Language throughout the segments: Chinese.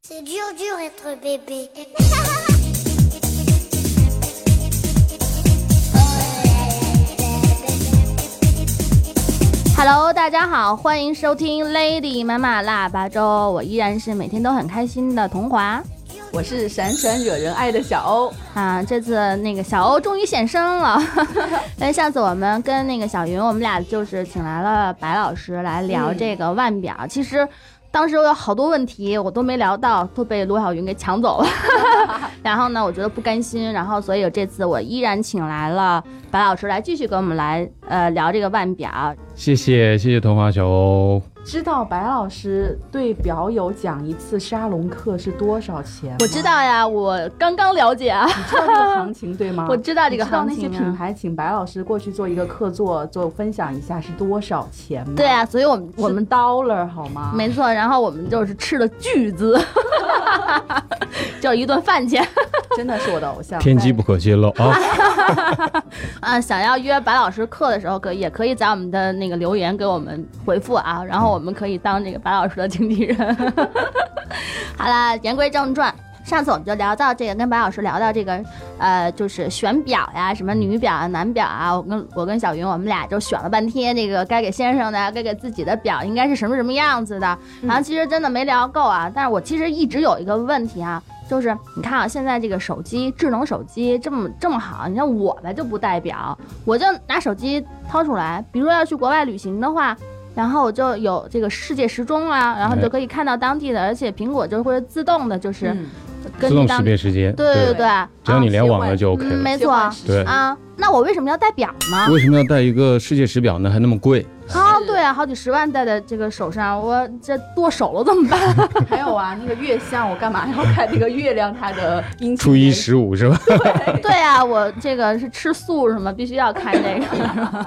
C'est dur dur être bébé. Hello， 大家好，欢迎收听 Lady 妈妈腊八粥，我依然是每天都很开心的童华， 我是闪闪惹人爱的小欧啊。这次那个小欧终于现身了，因为上次我们跟那个小云，我们俩就是请来了白老师来聊这个腕表，其实当时我有好多问题我都没聊到，都被罗小云给抢走了然后呢我觉得不甘心，然后所以这次我依然请来了白老师来继续跟我们来聊这个腕表。 谢谢童话小欧。 知道白老师对表友讲一次沙龙课是多少钱吗？ 我知道呀，我刚刚了解啊。 你知道这个行情对吗？ 我知道这个行情。 你知道那些品牌请白老师过去做一个客座，做分享一下是多少钱吗？ 对啊，所以我们 dollar 好吗？ 没错，然后我们就是吃了巨资就一顿饭钱真的是我的偶像， 天机不可泄露啊想要约白老师课的时候也可以在我们的那个留言给我们回复啊，然后我们可以当这个白老师的经纪人好了，言归正传，上次我们就聊到这个，跟白老师聊到这个就是选表呀，什么女表啊男表啊，我跟小云我们俩就选了半天，这个该给先生的该给自己的表应该是什么样子的，然后其实真的没聊够啊。但是我其实一直有一个问题啊，就是你看啊，现在这个手机智能手机这么好，你像我吧就不带表，我就拿手机掏出来，比如说要去国外旅行的话，然后我就有这个世界时钟啊，然后就可以看到当地的，而且苹果就会自动的就是自动识别时间， 对， 只要你联网了就 OK 了， 没错对啊。那我为什么要带表呢？ 为什么要带一个世界时表呢？还那么贵啊？对啊，好几十万戴在这个手上，我这剁手了怎么办？ 还有啊，那个月相我干嘛要看那个月亮它的阴晴？ 初一15是吧？ 对啊，我这个是吃素什么，必须要看这个。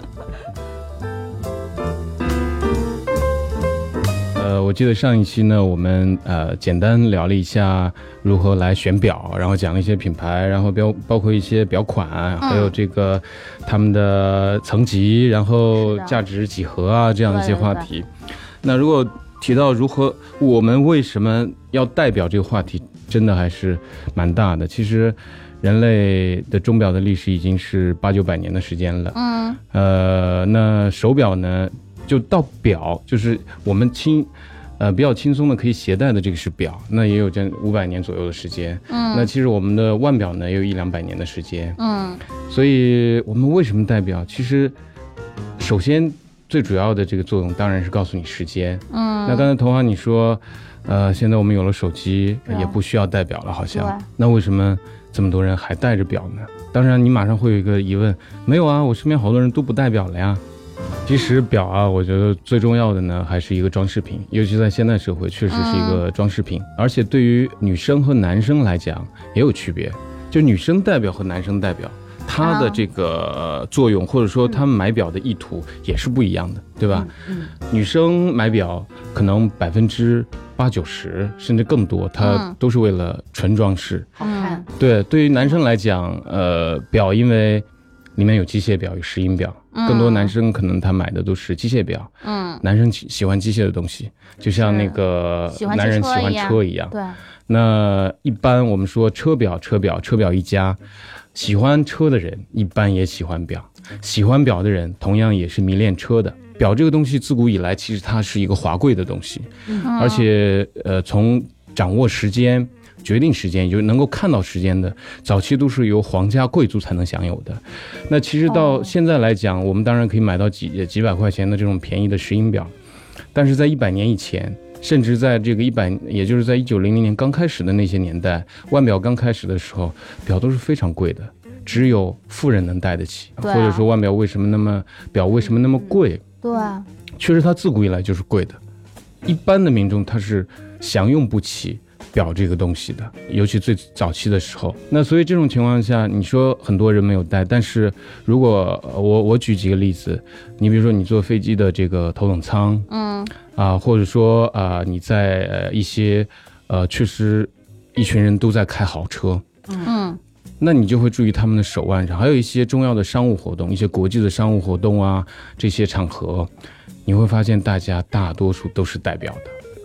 我记得上一期呢，我们简单聊了一下如何来选表，然后讲了一些品牌，然后包括一些表款，还有这个他们的层级，然后价值几何啊这样的一些话题。那如果提到我们为什么要戴表这个话题，真的还是蛮大的。其实人类的钟表的历史已经是800-900年的时间了。那手表呢，就到表就是我们比较轻松的可以携带的这个是表，那也有这500年左右的时间。那其实我们的腕表呢也有100-200年的时间。所以我们为什么戴表？其实首先最主要的这个作用当然是告诉你时间。那刚才童华你说现在我们有了手机也不需要戴表了好像，那为什么这么多人还戴着表呢？当然你马上会有一个疑问，没有啊，我身边好多人都不戴表了呀。其实表啊，我觉得最重要的呢还是一个装饰品，尤其在现代社会确实是一个装饰品。而且对于女生和男生来讲也有区别，就女生戴表和男生戴表它的这个作用，或者说他们买表的意图也是不一样的，对吧？女生买表可能80%-90%甚至更多，它都是为了纯装饰， 好看。 对，对于男生来讲，表因为里面有机械表有石英表，更多男生可能他买的都是机械表。男生喜欢机械的东西，就像那个男人喜欢车一样。对，那一般我们说车表一家，喜欢车的人一般也喜欢表，喜欢表的人同样也是迷恋车的。表这个东西自古以来其实它是一个华贵的东西，而且从掌握时间决定时间，也就是能够看到时间的，早期都是由皇家贵族才能享有的。那其实到现在来讲，我们当然可以买到几百块钱的这种便宜的石英表，但是在100年以前，甚至在这个也就是在1900年刚开始的那些年代，腕表刚开始的时候，表都是非常贵的，只有富人能戴得起。或者说腕表为什么那么贵？对，确实它自古以来就是贵的，一般的民众他是享用不起表这个东西的，尤其最早期的时候。那所以这种情况下，你说很多人没有戴，但是如果我举几个例子，你比如说你坐飞机的这个头等舱，或者说你在一些确实一群人都在开豪车，那你就会注意他们的手腕上，还有一些重要的商务活动，一些国际的商务活动啊，这些场合，你会发现大家大多数都是戴表的。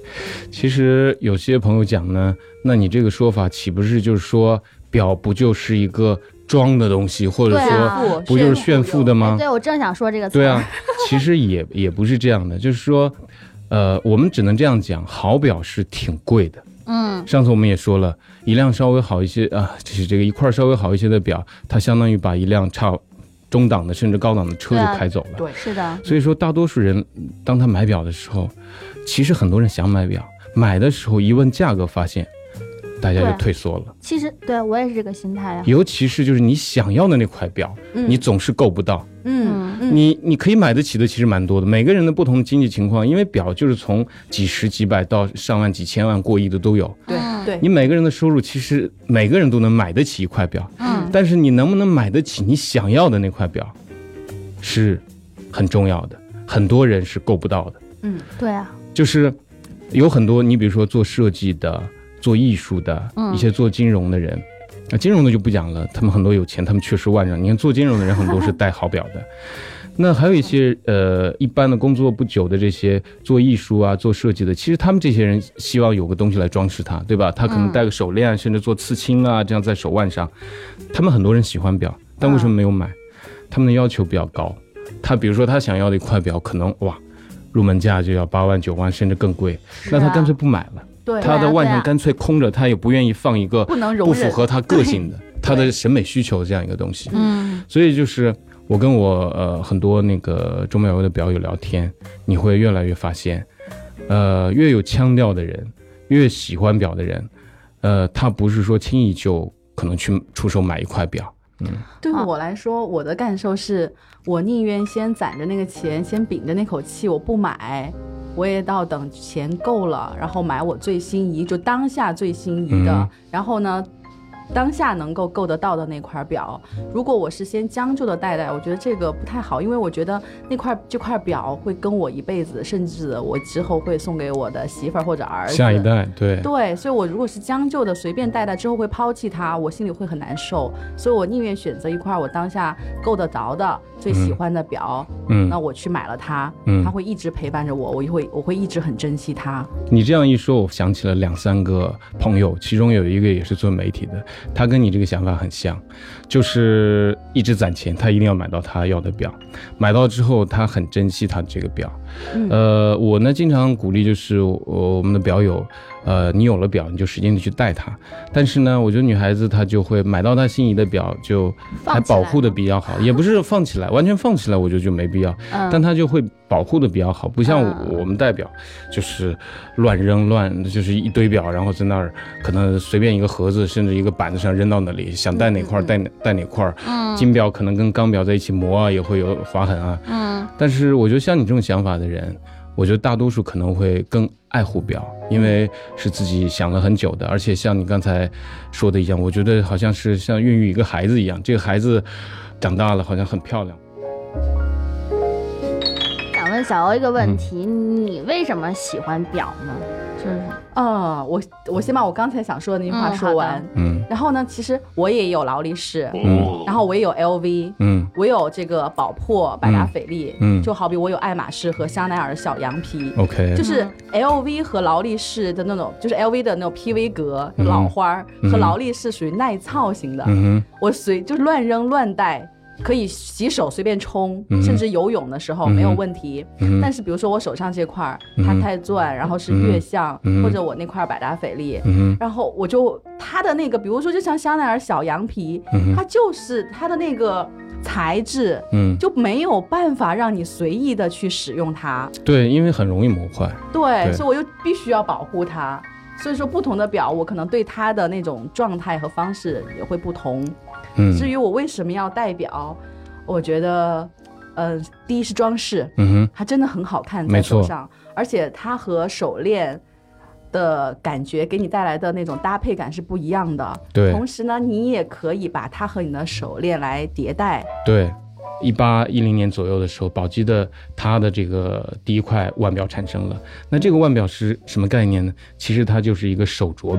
其实有些朋友讲呢，那你这个说法岂不是就是说表不就是一个装的东西，或者说不就是炫富的吗？ 对，我正想说这个词。 对啊，其实也不是这样的，就是说，我们只能这样讲，好表是挺贵的。上次我们也说了，一辆稍微好一些啊，就是这个一块稍微好一些的表，它相当于把一辆中档的甚至高档的车就开走了。 对， 是的。 所以说，大多数人当他买表的时候，其实很多人想买表，买的时候一问价格，发现大家就退缩了。 其实对我也是这个心态啊。 尤其是就是你想要的那块表，你总是够不到。你可以买得起的其实蛮多的，每个人的不同的经济情况，因为表就是从几十几百到上万几千万过亿的都有。 对， 你每个人的收入其实每个人都能买得起一块表，但是你能不能买得起你想要的那块表是很重要的，很多人是够不到的。 对啊， 就是有很多你比如说做设计的、做艺术的、一些做金融的人，金融的就不讲了，他们很多有钱，他们确实万丈。你看做金融的人很多是戴好表的，那还有一些一般的工作不久的这些做艺术啊、做设计的，其实他们这些人希望有个东西来装饰它，对吧？他可能戴个手链，甚至做刺青啊，这样在手腕上。他们很多人喜欢表，但为什么没有买？他们的要求比较高。他比如说他想要的一块表，可能入门价就要8万9万，甚至更贵，那他干脆不买了。 对， 他的腕上干脆空着，他也不愿意放一个不符合他个性的、他的审美需求这样一个东西。所以就是我跟我很多那个中表的表友聊天，你会越来越发现，越有腔调的人，越喜欢表的人，他不是说轻易就可能去出手买一块表。 对我来说，我的感受是，我宁愿先攒着那个钱，先屏着那口气，我不买。我也到等钱够了，然后买我最心仪，就当下最心仪的，然后呢，当下能够够得到的那块表。如果我是先将就的戴，我觉得这个不太好，因为我觉得这块表会跟我一辈子，甚至我之后会送给我的媳妇儿或者儿子， 下一代。对， 所以我如果是将就的随便戴之后会抛弃它，我心里会很难受，所以我宁愿选择一块我当下够得着的最喜欢的表，那我去买了它，它会一直陪伴着我，我会一直很珍惜它。 你这样一说，我想起了2、3个朋友，其中有一个也是做媒体的，他跟你这个想法很像，就是一直攒钱，他一定要买到他要的表，买到之后他很珍惜他这个表。我呢经常鼓励就是我们的表友，你有了表你就使劲的去戴它，但是呢我觉得女孩子她就会买到她心仪的表就还保护的比较好，也不是放起来，完全放起来我觉得就没必要，但她就会保护的比较好，不像我们戴表就是乱扔就是一堆表，然后在那儿可能随便一个盒子甚至一个板子上扔到那里，想戴哪块戴哪块，金表可能跟钢表在一起磨啊也会有划痕啊。但是我觉得像你这种想法的人，我觉得大多数可能会更爱护表，因为是自己想了很久的，而且像你刚才说的一样，我觉得好像是像孕育一个孩子一样，这个孩子长大了好像很漂亮。 想问小欧一个问题，你为什么喜欢表呢？就是我先把我刚才想说的那句话说完。然后呢，其实我也有劳力士，然后我也有 LV，我有这个宝珀、百达翡丽，就好比我有爱马仕和香奈儿的小羊皮。 OK， 就是 LV 和劳力士的那种，就是 LV 的那种 PV 格老花，和劳力士属于耐操型的，我就是乱扔乱戴。可以洗手随便冲，甚至游泳的时候没有问题。但是比如说我手上这块它太钻，然后是月相，或者我那块百达翡丽，然后我就它的那个，比如说就像香奈儿小羊皮，它就是它的那个材质，就没有办法让你随意的去使用它。 对，因为很容易磨坏。 对，所以我就必须要保护它。所以说不同的表，我可能对它的那种状态和方式也会不同。至于我为什么要戴表，我觉得第一是装饰，它真的很好看在手上，而且它和手链的感觉给你带来的那种搭配感是不一样的。 对， 同时呢你也可以把它和你的手链来叠戴。 对，18、10年左右的时候，宝玑的它的这个第一块腕表产生了。那这个腕表是什么概念呢？其实它就是一个手镯表。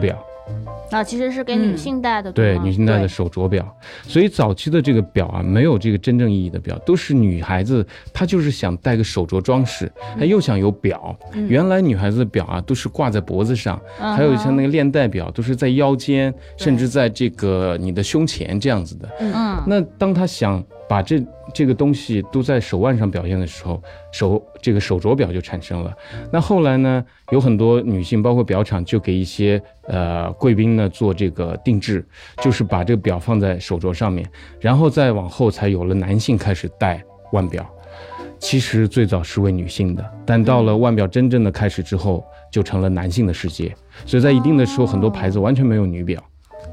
其实是给女性戴的， 对， 吗？ 女性戴的手镯表。所以早期的这个表啊，没有这个真正意义的表，都是女孩子她就是想戴个手镯装饰，她又想有表。原来女孩子的表啊都是挂在脖子上，还有像那个链带表都是在腰间，甚至在这个你的胸前这样子的。那当她想把这个东西都在手腕上表现的时候，这个手镯表就产生了。那后来呢，有很多女性，包括表厂，就给一些贵宾呢做这个定制，就是把这个表放在手镯上面，然后再往后才有了男性开始戴腕表。其实最早是为女性的，但到了腕表真正的开始之后，就成了男性的世界。所以在一定的时候，很多牌子完全没有女表。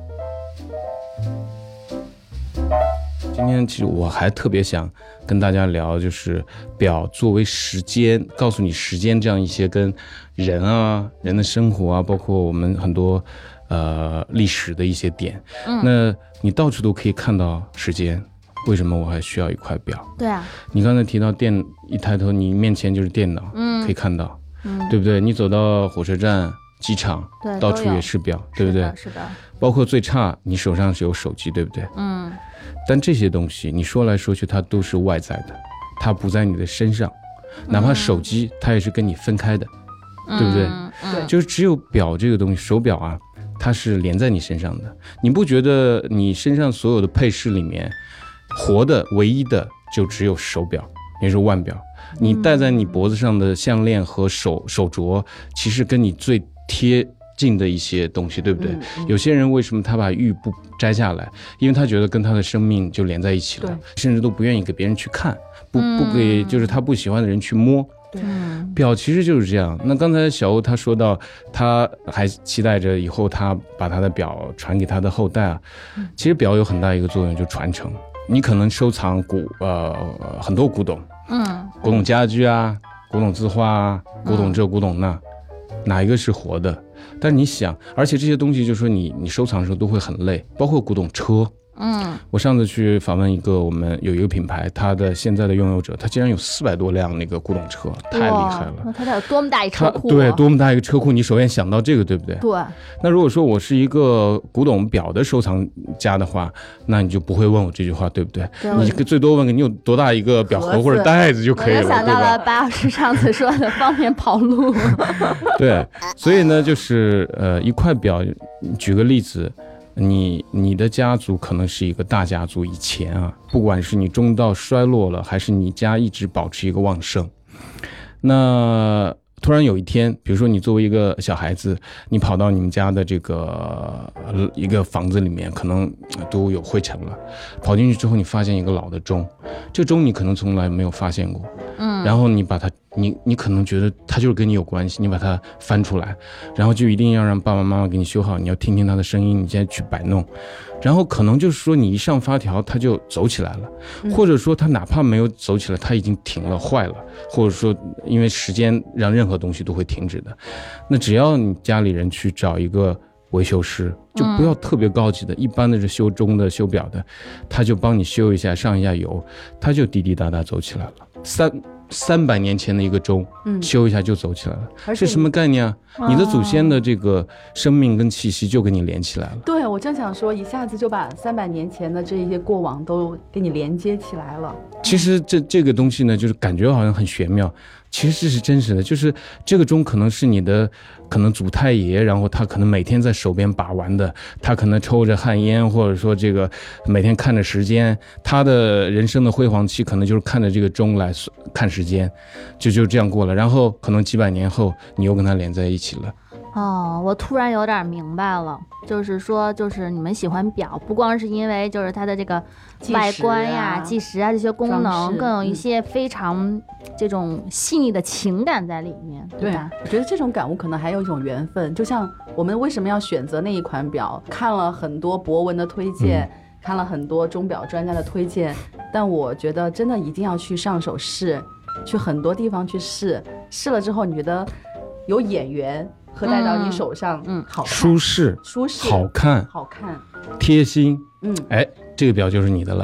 今天其实我还特别想跟大家聊，就是表作为时间，告诉你时间这样一些跟人的生活啊，包括我们很多历史的一些点。那你到处都可以看到时间，为什么我还需要一块表？ 对啊， 你刚才提到一抬头你面前就是电脑，可以看到，对不对？你走到火车站、机场， 对， 到处也是表，对不对？ 是的。 包括最差，你手上是有手机，对不对？但这些东西你说来说去它都是外在的，它不在你的身上，哪怕手机它也是跟你分开的，对不对？ 对， 就是只有表这个东西，手表啊，它是连在你身上的。你不觉得你身上所有的配饰里面活的唯一的就只有手表，也是腕表？你戴在你脖子上的项链和手镯，其实跟你最贴近的一些东西，对不对？有些人为什么他把玉不摘下来？因为他觉得跟他的生命就连在一起了，甚至都不愿意给别人去看，不给就是他不喜欢的人去摸。 对， 表其实就是这样。那刚才小欧他说到，他还期待着以后他把他的表传给他的后代啊。其实表有很大一个作用，就传承。你可能收藏很多古董，古董家具啊，古董字画啊，古董这古董那，哪一个是活的？但是你想，而且这些东西就是说你收藏的时候都会很累，包括古董车。我上次去访问我们有一个品牌，它的现在的拥有者，他竟然有400多辆那个古董车，太厉害了。 那他得有多么大一车库？ 对，多么大一个车库，你首先想到这个，对不对？ 对。 那如果说我是一个古董表的收藏家的话，那你就不会问我这句话，对不对？你最多问你有多大一个表盒或者袋子就可以了， 我就想到了白老师上次说的方便跑路。 对，所以呢，就是一块表，举个例子。你的家族可能是一个大家族，以前啊，不管是你中道衰落了，还是你家一直保持一个旺盛，那突然有一天，比如说你作为一个小孩子，你跑到你们家的这个一个房子里面，可能都有灰尘了，跑进去之后，你发现一个老的钟，这钟你可能从来没有发现过，然后你把它，你可能觉得它就是跟你有关系，你把它翻出来，然后就一定要让爸爸妈妈给你修好，你要听听它的声音，你现在去摆弄，然后可能就是说你一上发条它就走起来了，或者说它哪怕没有走起来，它已经停了，坏了，或者说因为时间让任何东西都会停止的，那只要你家里人去找一个维修师，就不要特别高级的，一般的是修钟的、修表的，他就帮你修一下，上一下油，他就滴滴答答走起来了。300年前的一个钟，修一下就走起来了，是什么概念啊？你的祖先的这个生命跟气息就跟你连起来了。 对，我正想说，一下子就把300年前的这些过往都给你连接起来了。 其实这个东西呢，就是感觉好像很玄妙，其实这是真实的，就是这个钟可能是你的可能祖太爷，然后他可能每天在手边把玩的，他可能抽着旱烟，或者说这个每天看着时间，他的人生的辉煌期可能就是看着这个钟来看时间，就这样过了，然后可能几百年后你又跟他连在一起了。 哦，我突然有点明白了，就是说，就是你们喜欢表，不光是因为就是它的这个外观呀、计时啊这些功能，更有一些非常这种细腻的情感在里面，对吧？ 我觉得这种感悟可能还有一种缘分，就像我们为什么要选择那一款表，看了很多博文的推荐，看了很多钟表专家的推荐，但我觉得真的一定要去上手试，去很多地方去试了之后，你觉得有眼缘。和戴到你手上，好看， 舒适，好看， 贴心， 这个表就是你的了。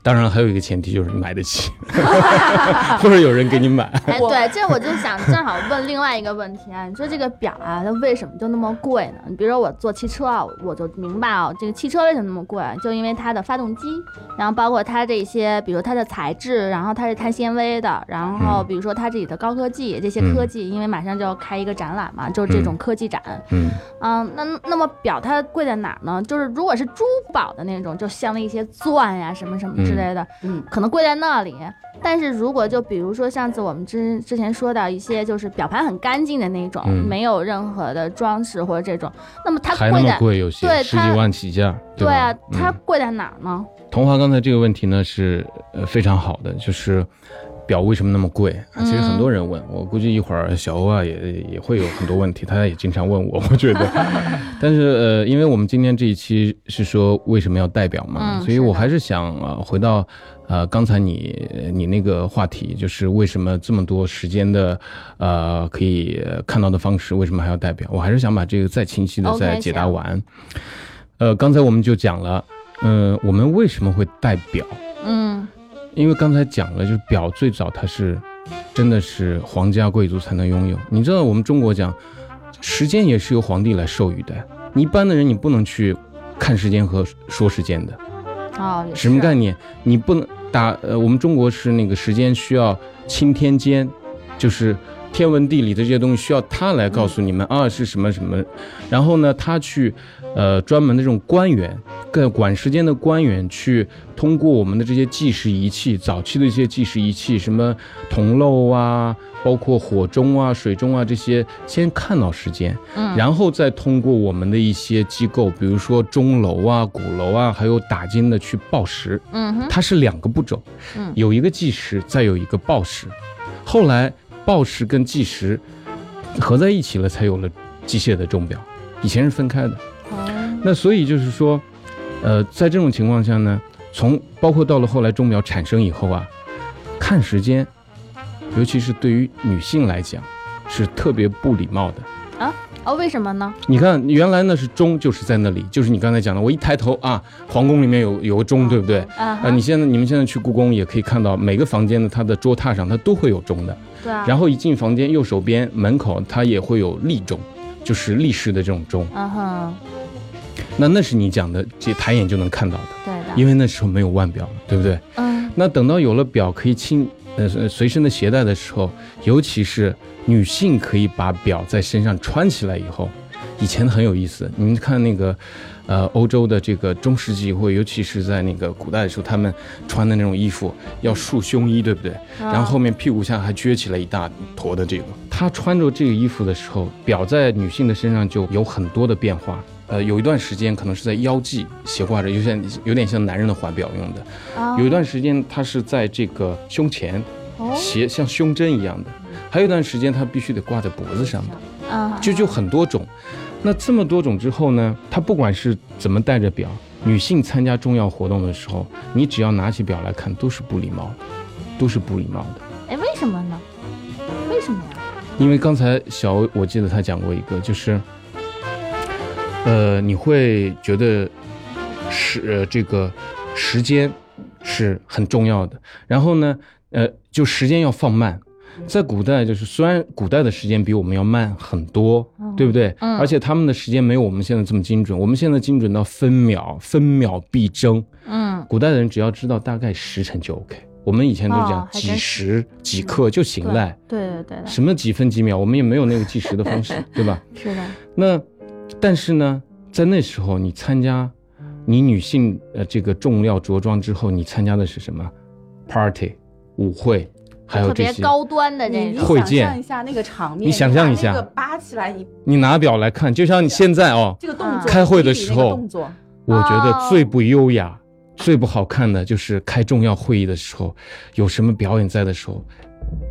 当然还有一个前提就是你买得起，或者有人给你买。 哎，对，这我就想正好问另外一个问题啊，你说这个表啊，它为什么就那么贵呢？你比如说我做汽车啊，我就明白啊，这个汽车为什么那么贵，就因为它的发动机，然后包括它这些，比如它的材质，然后它是碳纤维的，然后比如说它这里的高科技，这些科技，因为马上就要开一个展览嘛，就是这种科技展。那么表它贵在哪儿呢？就是如果是珠宝的那种，就镶了一些钻呀什么什么之类的，可能贵在那里。但是如果就比如说上次我们之前说到一些就是表盘很干净的那种，没有任何的装饰或者这种，那么它贵在还那么贵，有些对 10几万起价。 对啊，它贵在哪儿呢？ 桐华刚才这个问题呢是非常好的，就是表为什么那么贵？其实很多人问我，估计一会儿小欧啊也会有很多问题，他也经常问我，我觉得。但是因为我们今天这一期是说为什么要戴表嘛，所以我还是想回到刚才你那个话题，就是为什么这么多时间的可以看到的方式，为什么还要戴表？我还是想把这个再清晰的再解答完。刚才我们就讲了，我们为什么会戴表？因为刚才讲了，就是表最早它是真的是皇家贵族才能拥有。你知道我们中国讲时间也是由皇帝来授予的，你一般的人你不能去看时间和说时间的。什么概念？你不能我们中国是那个时间需要钦天监，就是天文地理的这些东西需要他来告诉你们是什么什么，然后呢他去专门的这种官员管时间的官员去通过我们的这些计时仪器，早期的一些计时仪器，什么铜漏啊，包括火钟啊、水钟啊这些，先看到时间，然后再通过我们的一些机构，比如说钟楼啊、鼓楼啊，还有打金的去报时。它是2个步骤，有一个计时，再有一个报时。后来报时跟计时合在一起了，才有了机械的钟表，以前是分开的。那所以就是说在这种情况下呢，包括到了后来钟表产生以后啊，看时间尤其是对于女性来讲是特别不礼貌的为什么呢？ 你看原来那是钟，就是在那里，就是你刚才讲的，我一抬头皇宫里面有个钟，对不对？你们现在去故宫也可以看到，每个房间的它的桌榻上它都会有钟的。 对啊。 然后一进房间右手边门口它也会有立钟，就是立式的这种钟。那是你讲的这抬眼就能看到的。 对的。 因为那时候没有腕表，对不对？那等到有了表可以随身的携带的时候，尤其是女性可以把表在身上穿起来以后，以前很有意思。你们看那个欧洲的这个中世纪，或尤其是在那个古代的时候，他们穿的那种衣服要束胸衣，对不对？然后后面屁股下还撅起来一大坨的这个。她穿着这个衣服的时候，表在女性的身上就有很多的变化。有一段时间可能是在腰际斜挂着，有点像男人的怀表用的。有一段时间它是在这个胸前斜，像胸针一样的。还有一段时间它必须得挂在脖子上的。就很多种。那这么多种之后呢，它不管是怎么戴着表，女性参加重要活动的时候，你只要拿起表来看，都是不礼貌的，都是不礼貌的。 为什么呢？为什么呀？ 因为刚才小欧我记得他讲过一个，就是你会觉得这个时间是很重要的，然后呢就时间要放慢。在古代，就是虽然古代的时间比我们要慢很多，对不对？而且他们的时间没有我们现在这么精准，我们现在精准到分秒必争。古代的人只要知道大概时辰就 OK， 我们以前都讲几时几刻就行了。 对， 什么几分几秒，我们也没有那个计时的方式，对吧？ 是的。 那但是呢，在那时候你参加你女性这个重要着装之后，你参加的是什么 party 舞会，还有这些特别高端的这种会见。你想象一下那个场面， 你想象一下， 那个扒起来你拿表来看，就像你现在这个动作， 开会的时候，我觉得最不优雅、最不好看的就是开重要会议的时候，有什么表演在的时候，啪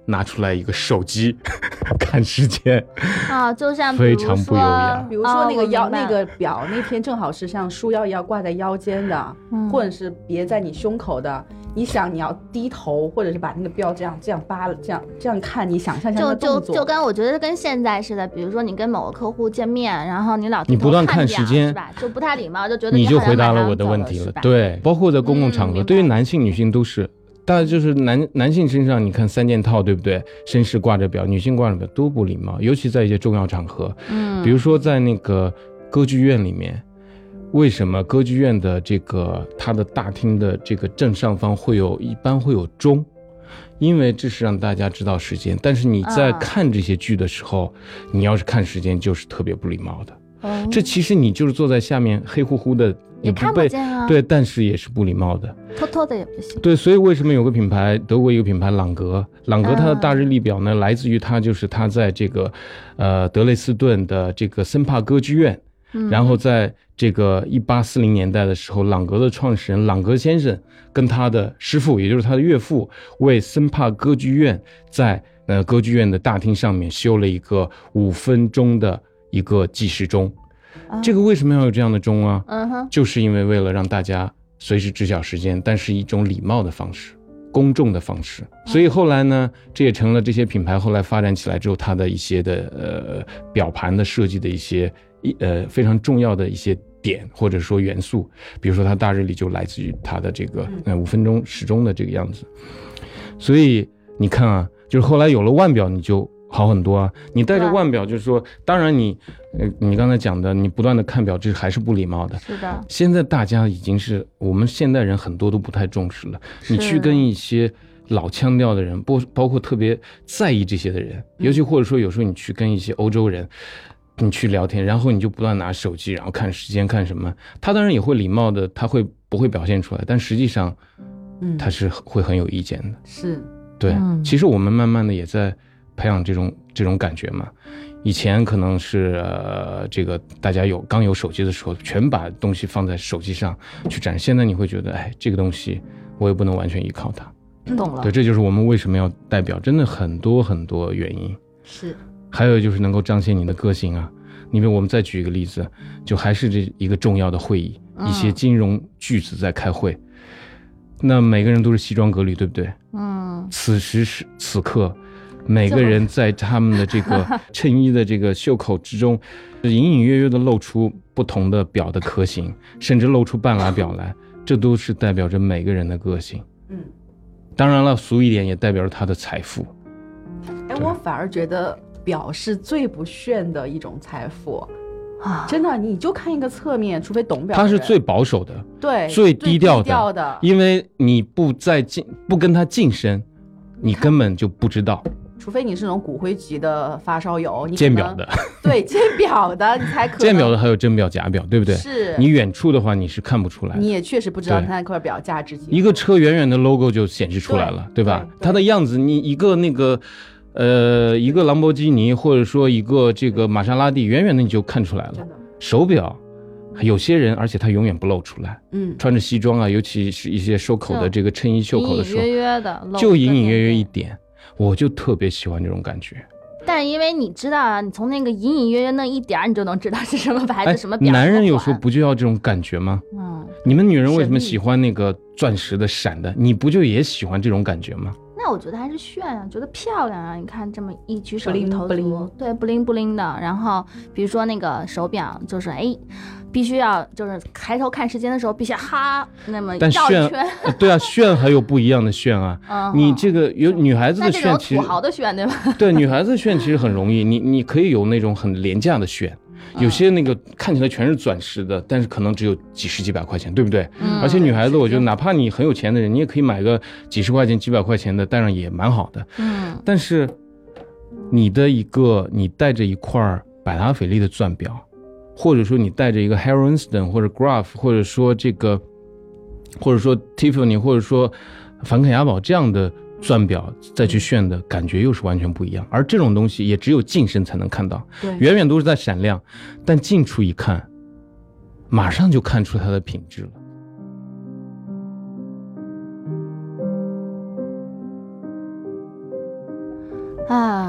拿出来一个手机看时间啊，就像非常不优雅。 比如说那个腰、 那个表，那天正好是像束腰一样挂在腰间的，或者是别在你胸口的。你想你要低头，或者是把那个表这样扒了，这样看，你想象一下那个动作， 就跟我觉得跟现在似的，比如说你跟某个客户见面，然后你你不断看时间， 是吧？就不太礼貌，就觉得你就回答了我的问题了。对，包括在公共场合，对于男性、女性都是。大概就是男性身上，你看3件套，对不对？绅士挂着表，女性挂着表都不礼貌，尤其在一些重要场合，比如说在那个歌剧院里面。为什么歌剧院的这个它的大厅的这个正上方一般会有钟？因为这是让大家知道时间。但是你在看这些剧的时候，你要是看时间就是特别不礼貌的。这其实你就是坐在下面黑乎乎的， 也看不见啊。 对，但是也是不礼貌的， 偷偷的也不行。 对，所以为什么有个品牌，德国一个品牌朗格它的大日历表呢，来自于它在这个德累斯顿的这个森帕歌剧院。然后在这个1840年代的时候，朗格的创始人朗格先生跟他的师傅，也就是他的岳父，为森帕歌剧院在歌剧院的大厅上面修了一个5分钟的一个计时钟。这个为什么要有这样的钟啊？就是因为为了让大家随时知晓时间，但是一种礼貌的方式，公众的方式。所以后来呢，这也成了这些品牌后来发展起来之后，它的一些的表盘的设计的一些非常重要的一些点或者说元素。比如说它大日历就来自于它的这个5分钟时钟的这个样子。所以你看啊，就是后来有了腕表你就好很多啊。你戴着腕表就是说，当然你刚才讲的，你不断的看表，这还是不礼貌的。 是的。 现在大家已经是我们现代人很多都不太重视了。你去跟一些老腔调的人，包括特别在意这些的人，尤其或者说有时候你去跟一些欧洲人。你去聊天，然后你就不断拿手机，然后看时间看什么，他当然也会礼貌的，他不会表现出来，但实际上，他是会很有意见的。 是， 对，其实我们慢慢的也在培养这种感觉嘛。以前可能是这个大家刚有手机的时候，全把东西放在手机上去展示，现在你会觉得，哎，这个东西我也不能完全依靠它。 懂了。 对，这就是我们为什么要戴表，真的很多很多原因。 是。 还有就是能够彰显你的个性啊。因为我们再举一个例子，就还是这一个重要的会议，一些金融巨子在开会，那每个人都是西装革履，对不对？此时此刻，每个人在他们的这个衬衣的这个袖口之中，隐隐约约的露出不同的表的壳形，甚至露出半拉表来，这都是代表着每个人的个性。当然了，俗一点也代表着他的财富。 我反而觉得表是最不炫的一种财富啊！真的，你就看一个侧面，除非懂表， 它是最保守的， 对， 最低调的，因为你不跟他近身，你根本就不知道。 除非你是那种骨灰级的发烧友，你鉴表的， 对，鉴表的你才可能。 鉴表的还有真表假表，对不对？ 是你远处的话你是看不出来的， 你也确实不知道它那块表价值几。 一个车远远的 logo 就显示出来了， 对吧？它的样子，你一个那个一个兰博基尼或者说一个这个玛莎拉蒂，远远的你就看出来了。手表有些人，而且他永远不露出来，穿着西装啊，尤其是一些收口的这个衬衣袖口的时候， 隐隐约约的， 就隐隐约约一点，我就特别喜欢这种感觉。 但是因为你知道啊，你从那个隐隐约约那一点你就能知道是什么牌子、什么表。 男人有时候不就要这种感觉吗？你们女人为什么喜欢那个钻石的闪的？你不就也喜欢这种感觉吗？ 那我觉得还是炫啊，觉得漂亮啊！你看这么一举手一投足，对，不灵不灵的。然后比如说那个手表，就是必须要就是抬头看时间的时候必须哈那么绕一圈。 对啊，炫还有不一样的炫啊。你这个有女孩子的炫，其实土豪的炫对吧？ 对，女孩子炫其实很容易，你可以有那种很廉价的炫。有些那个看起来全是钻石的，但是可能只有几十几百块钱，对不对？而且女孩子，我觉得哪怕你很有钱的人，你也可以买个几十块钱、几百块钱的，戴上也蛮好的。但是你带着一块百达翡丽的钻表，或者说你带着一个 Harry Winston 或者 Graf， 或者说Tiffany， 或者说梵克雅宝这样的钻表再去炫的感觉又是完全不一样。而这种东西也只有近身才能看到，远远都是在闪亮，但近处一看，马上就看出它的品质了。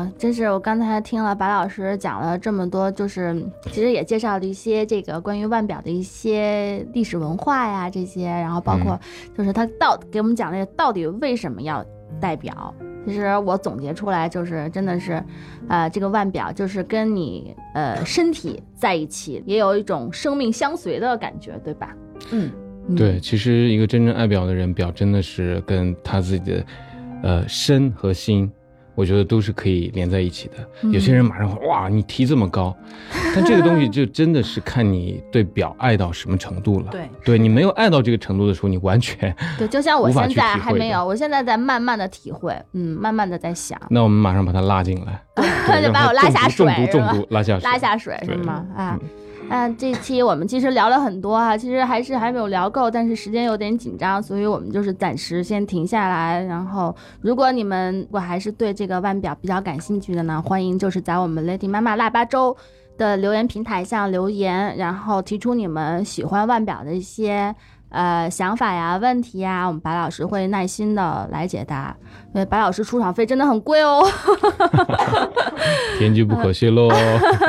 真是我刚才听了白老师讲了这么多，就是其实也介绍了一些这个关于腕表的一些历史文化呀这些，然后包括就是他给我们讲的到底为什么要戴表。其实我总结出来就是真的是，这个腕表就是跟你身体在一起，也有一种生命相随的感觉，对吧？ 对，其实一个真正爱表的人，表真的是跟他自己的身和心，我觉得都是可以连在一起的。有些人马上会哇，你提这么高，但这个东西就真的是看你对表爱到什么程度了。对，你没有爱到这个程度的时候，你完全对，就像我现在还没有，我现在在慢慢的体会，慢慢的在想。 那我们马上把它拉进来， 就把我拉下水， 中毒，拉下水是吗？这期我们其实聊了很多啊，其实还没有聊够，但是时间有点紧张，所以我们就是暂时先停下来。然后，如果你们还是对这个腕表比较感兴趣的呢，欢迎就是在我们 Lady 妈妈腊八粥的留言平台上留言，然后提出你们喜欢腕表的一些想法呀、问题呀，我们白老师会耐心的来解答。因为白老师出场费真的很贵哦， 天机不可泄露。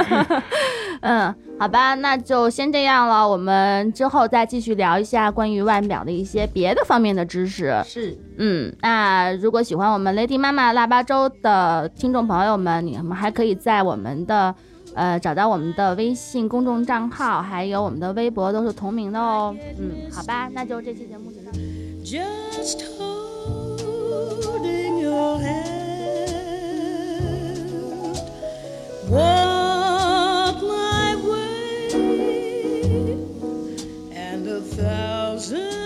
好吧，那就先这样了。我们之后再继续聊一下关于腕表的一些别的方面的知识。 是， 那如果喜欢我们 Lady 妈妈腊八粥的听众朋友们，你们还可以在我们的找到我们的微信公众账号，还有我们的微博都是同名的哦。好吧，那就这期节目就到这里。 Just holding your hand, walk my way, and 1,000